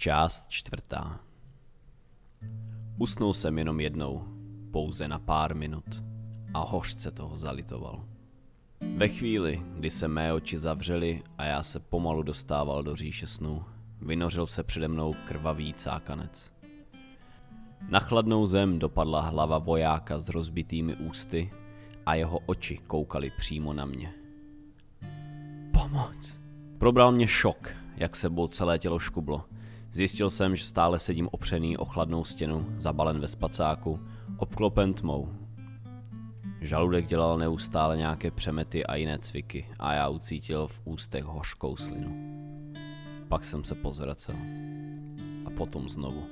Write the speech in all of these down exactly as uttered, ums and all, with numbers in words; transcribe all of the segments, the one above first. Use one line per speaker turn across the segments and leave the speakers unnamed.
Část čtvrtá. Usnul jsem jenom jednou, pouze na pár minut, a hořce toho zalitoval. Ve chvíli, kdy se mé oči zavřely a já se pomalu dostával do říše snů, vynořil se přede mnou krvavý cákanec. Na chladnou zem dopadla hlava vojáka s rozbitými ústy a jeho oči koukaly přímo na mě. Pomoc! Probral mě šok, jak sebou celé tělo škublo. Zjistil jsem, že stále sedím opřený o chladnou stěnu, zabalen ve spacáku, obklopen tmou. Žaludek dělal neustále nějaké přemety a jiné cviky a já ucítil v ústech hořkou slinu. Pak jsem se pozvracel. A potom znovu.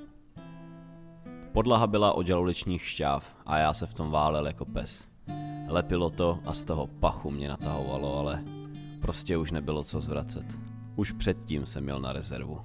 Podlaha byla od žaludečních šťáv a já se v tom válel jako pes. Lepilo to a z toho pachu mě natahovalo, ale prostě už nebylo co zvracet. Už předtím jsem měl na rezervu.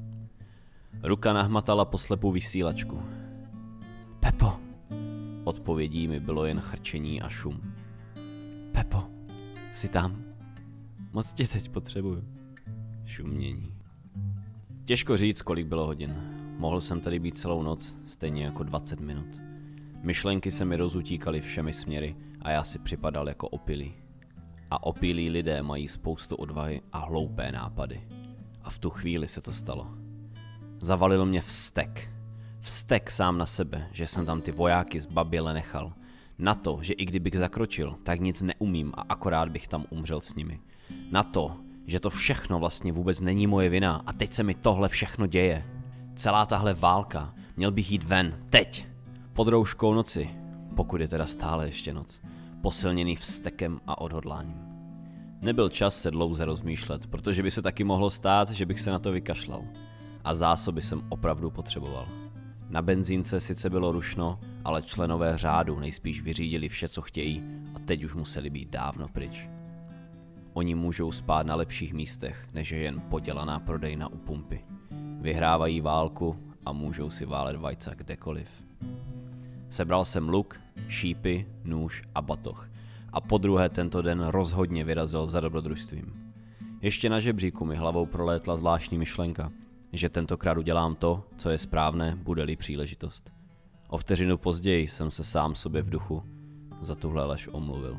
Ruka nahmatala poslepu vysílačku. Pepo! Odpovědí mi bylo jen chrčení a šum. Pepo, jsi tam? Moc tě teď potřebuju. Šumění. Těžko říct, kolik bylo hodin. Mohl jsem tady být celou noc, stejně jako dvacet minut. Myšlenky se mi rozutíkaly všemi směry a já si připadal jako opilý. A opilí lidé mají spoustu odvahy a hloupé nápady. A v tu chvíli se to stalo. Zavalil mě vztek. Vztek sám na sebe, že jsem tam ty vojáky zbaběle nechal. Na to, že i kdybych zakročil, tak nic neumím a akorát bych tam umřel s nimi. Na to, že to všechno vlastně vůbec není moje vina a teď se mi tohle všechno děje. Celá tahle válka, měl bych jít ven, teď, pod rouškou noci, pokud je teda stále ještě noc, posilněný vztekem a odhodláním. Nebyl čas se dlouze rozmýšlet, protože by se taky mohlo stát, že bych se na to vykašlal. A zásoby jsem opravdu potřeboval. Na benzínce sice bylo rušno, ale členové řádu nejspíš vyřídili vše, co chtějí a teď už museli být dávno pryč. Oni můžou spát na lepších místech, než je jen podělaná prodejna u pumpy. Vyhrávají válku a můžou si válet vajca kdekoliv. Sebral jsem luk, šípy, nůž a batoh a podruhé tento den rozhodně vyrazil za dobrodružstvím. Ještě na žebříku mi hlavou prolétla zvláštní myšlenka, že tentokrát udělám to, co je správné, bude-li příležitost. O vteřinu později jsem se sám sobě v duchu za tuhle lež omluvil.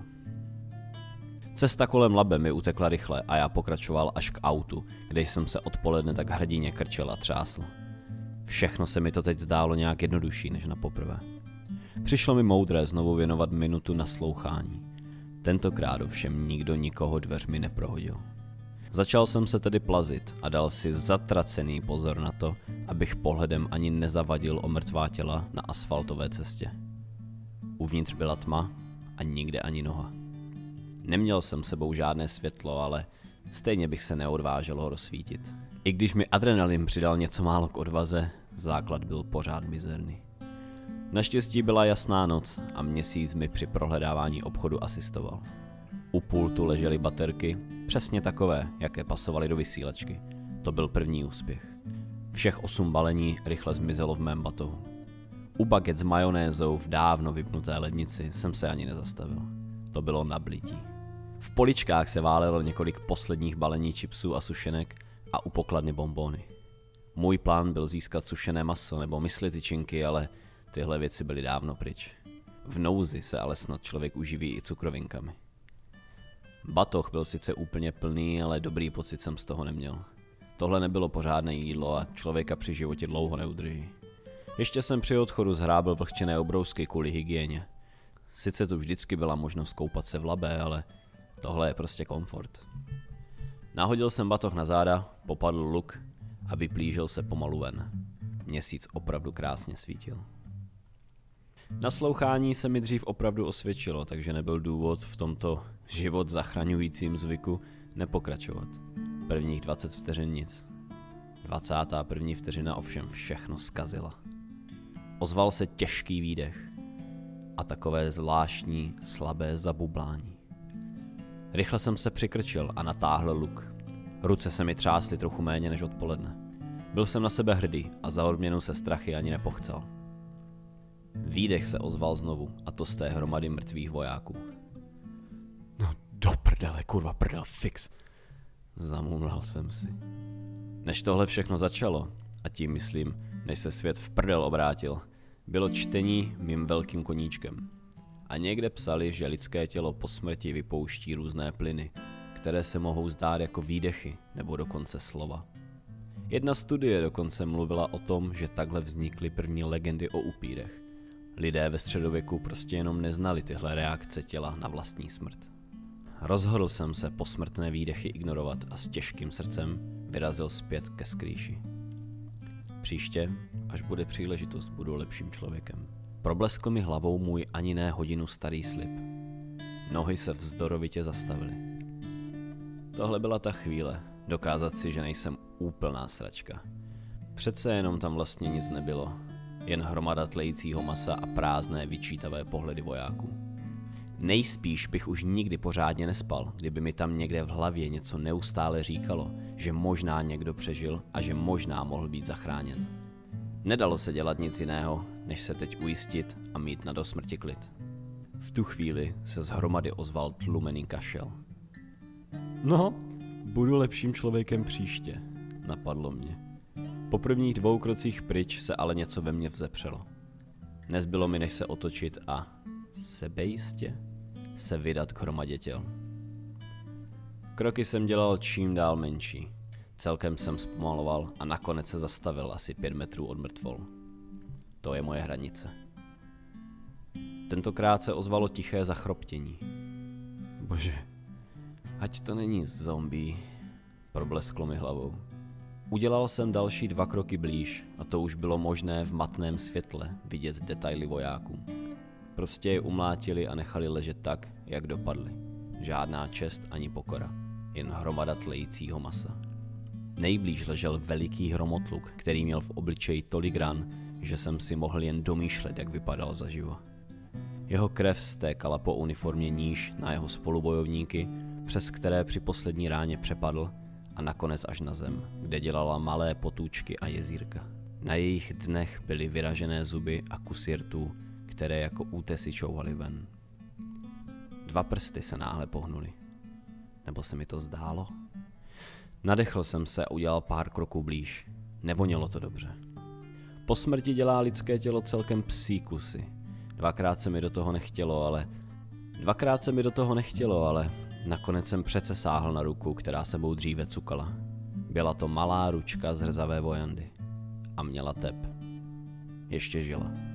Cesta kolem Labe mi utekla rychle a já pokračoval až k autu, kde jsem se odpoledne tak hrdinně krčel a třásl. Všechno se mi to teď zdálo nějak jednodušší než na poprvé. Přišlo mi moudré znovu věnovat minutu naslouchání. Tentokrát ovšem nikdo nikoho dveřmi neprohodil. Začal jsem se tedy plazit a dal si zatracený pozor na to, abych pohledem ani nezavadil o mrtvá těla na asfaltové cestě. Uvnitř byla tma a nikde ani noha. Neměl jsem sebou žádné světlo, ale stejně bych se neodvážil ho rozsvítit. I když mi adrenalin přidal něco málo k odvaze, základ byl pořád mizerný. Naštěstí byla jasná noc a měsíc mi při prohledávání obchodu asistoval. U pultu ležely baterky, přesně takové, jaké pasovaly do vysílačky. To byl první úspěch. Všech osm balení rychle zmizelo v mém batohu. U baget s majonézou v dávno vypnuté lednici jsem se ani nezastavil. To bylo nablití. V poličkách se válelo několik posledních balení chipsů a sušenek a u pokladny bonbony. Můj plán byl získat sušené maso nebo mysli tyčinky, ale tyhle věci byly dávno pryč. V nouzi se ale snad člověk uživí i cukrovinkami. Batoh byl sice úplně plný, ale dobrý pocit jsem z toho neměl. Tohle nebylo pořádné jídlo a člověka při životě dlouho neudrží. Ještě jsem při odchodu zhrábil vlhčené obrousky kvůli hygieně. Sice tu vždycky byla možnost koupat se v Labe, ale tohle je prostě komfort. Nahodil jsem batoh na záda, popadl luk a vyplížil se pomalu ven. Měsíc opravdu krásně svítil. Naslouchání se mi dřív opravdu osvědčilo, takže nebyl důvod v tomto život zachraňujícím zvyku nepokračovat. Prvních dvacet vteřin nic. dvacátá první vteřina ovšem všechno zkazila. Ozval se těžký výdech a takové zvláštní, slabé zabublání. Rychle jsem se přikrčil a natáhl luk. Ruce se mi třásly trochu méně než odpoledne. Byl jsem na sebe hrdý a za odměnu se strachy ani nepochcel. Výdech se ozval znovu, a to z té hromady mrtvých vojáků. No do prdele, kurva prdel, fix. Zamumlal jsem si. Než tohle všechno začalo, a tím myslím, než se svět v prdel obrátil, bylo čtení mým velkým koníčkem. A někde psali, že lidské tělo po smrti vypouští různé plyny, které se mohou zdát jako výdechy nebo dokonce slova. Jedna studie dokonce mluvila o tom, že takhle vznikly první legendy o upírech. Lidé ve středověku prostě jenom neznali tyhle reakce těla na vlastní smrt. Rozhodl jsem se posmrtné výdechy ignorovat a s těžkým srdcem vyrazil zpět ke skrýši. Příště, až bude příležitost, budu lepším člověkem. Probleskl mi hlavou můj ani ne hodinu starý slib. Nohy se vzdorovitě zastavily. Tohle byla ta chvíle, dokázat si, že nejsem úplná sračka. Přece jenom tam vlastně nic nebylo, jen hromada tlejícího masa a prázdné vyčítavé pohledy vojáků. Nejspíš bych už nikdy pořádně nespal, kdyby mi tam někde v hlavě něco neustále říkalo, že možná někdo přežil a že možná mohl být zachráněn. Nedalo se dělat nic jiného, než se teď ujistit a mít na dosmrti klid. V tu chvíli se z hromady ozval tlumený kašel. No, budu lepším člověkem příště, napadlo mě. Po prvních dvou krocích pryč se ale něco ve mně vzepřelo. Nezbylo mi, než se otočit a sebejistě se vydat k hromadě těl. Kroky jsem dělal čím dál menší. Celkem jsem zpomaloval a nakonec se zastavil asi pět metrů od mrtvol. To je moje hranice. Tentokrát se ozvalo tiché zachroptění. Bože, ať to není zombie, problesklo mi hlavou. Udělal jsem další dva kroky blíž a to už bylo možné v matném světle vidět detaily vojáků. Prostě je umlátili a nechali ležet tak, jak dopadli. Žádná čest ani pokora, jen hromada tlejícího masa. Nejblíž ležel veliký hromotluk, který měl v obličeji tolik ran, že jsem si mohl jen domýšlet, jak vypadal zaživo. Jeho krev stékala po uniformě níž na jeho spolubojovníky, přes které při poslední ráně přepadl a nakonec až na zem, kde dělala malé potůčky a jezírka. Na jejich dnech byly vyražené zuby a kusy rtů, které jako útesy čouvaly ven. Dva prsty se náhle pohnuly. Nebo se mi to zdálo? Nadechl jsem se a udělal pár kroků blíž. Nevonělo to dobře. Po smrti dělá lidské tělo celkem psí kusy. Dvakrát se mi do toho nechtělo, ale... Dvakrát se mi do toho nechtělo, ale... Nakonec jsem přece sáhl na ruku, která sebou dříve cukala. Byla to malá ručka z hrzavé vojandy. A měla tep. Ještě žila.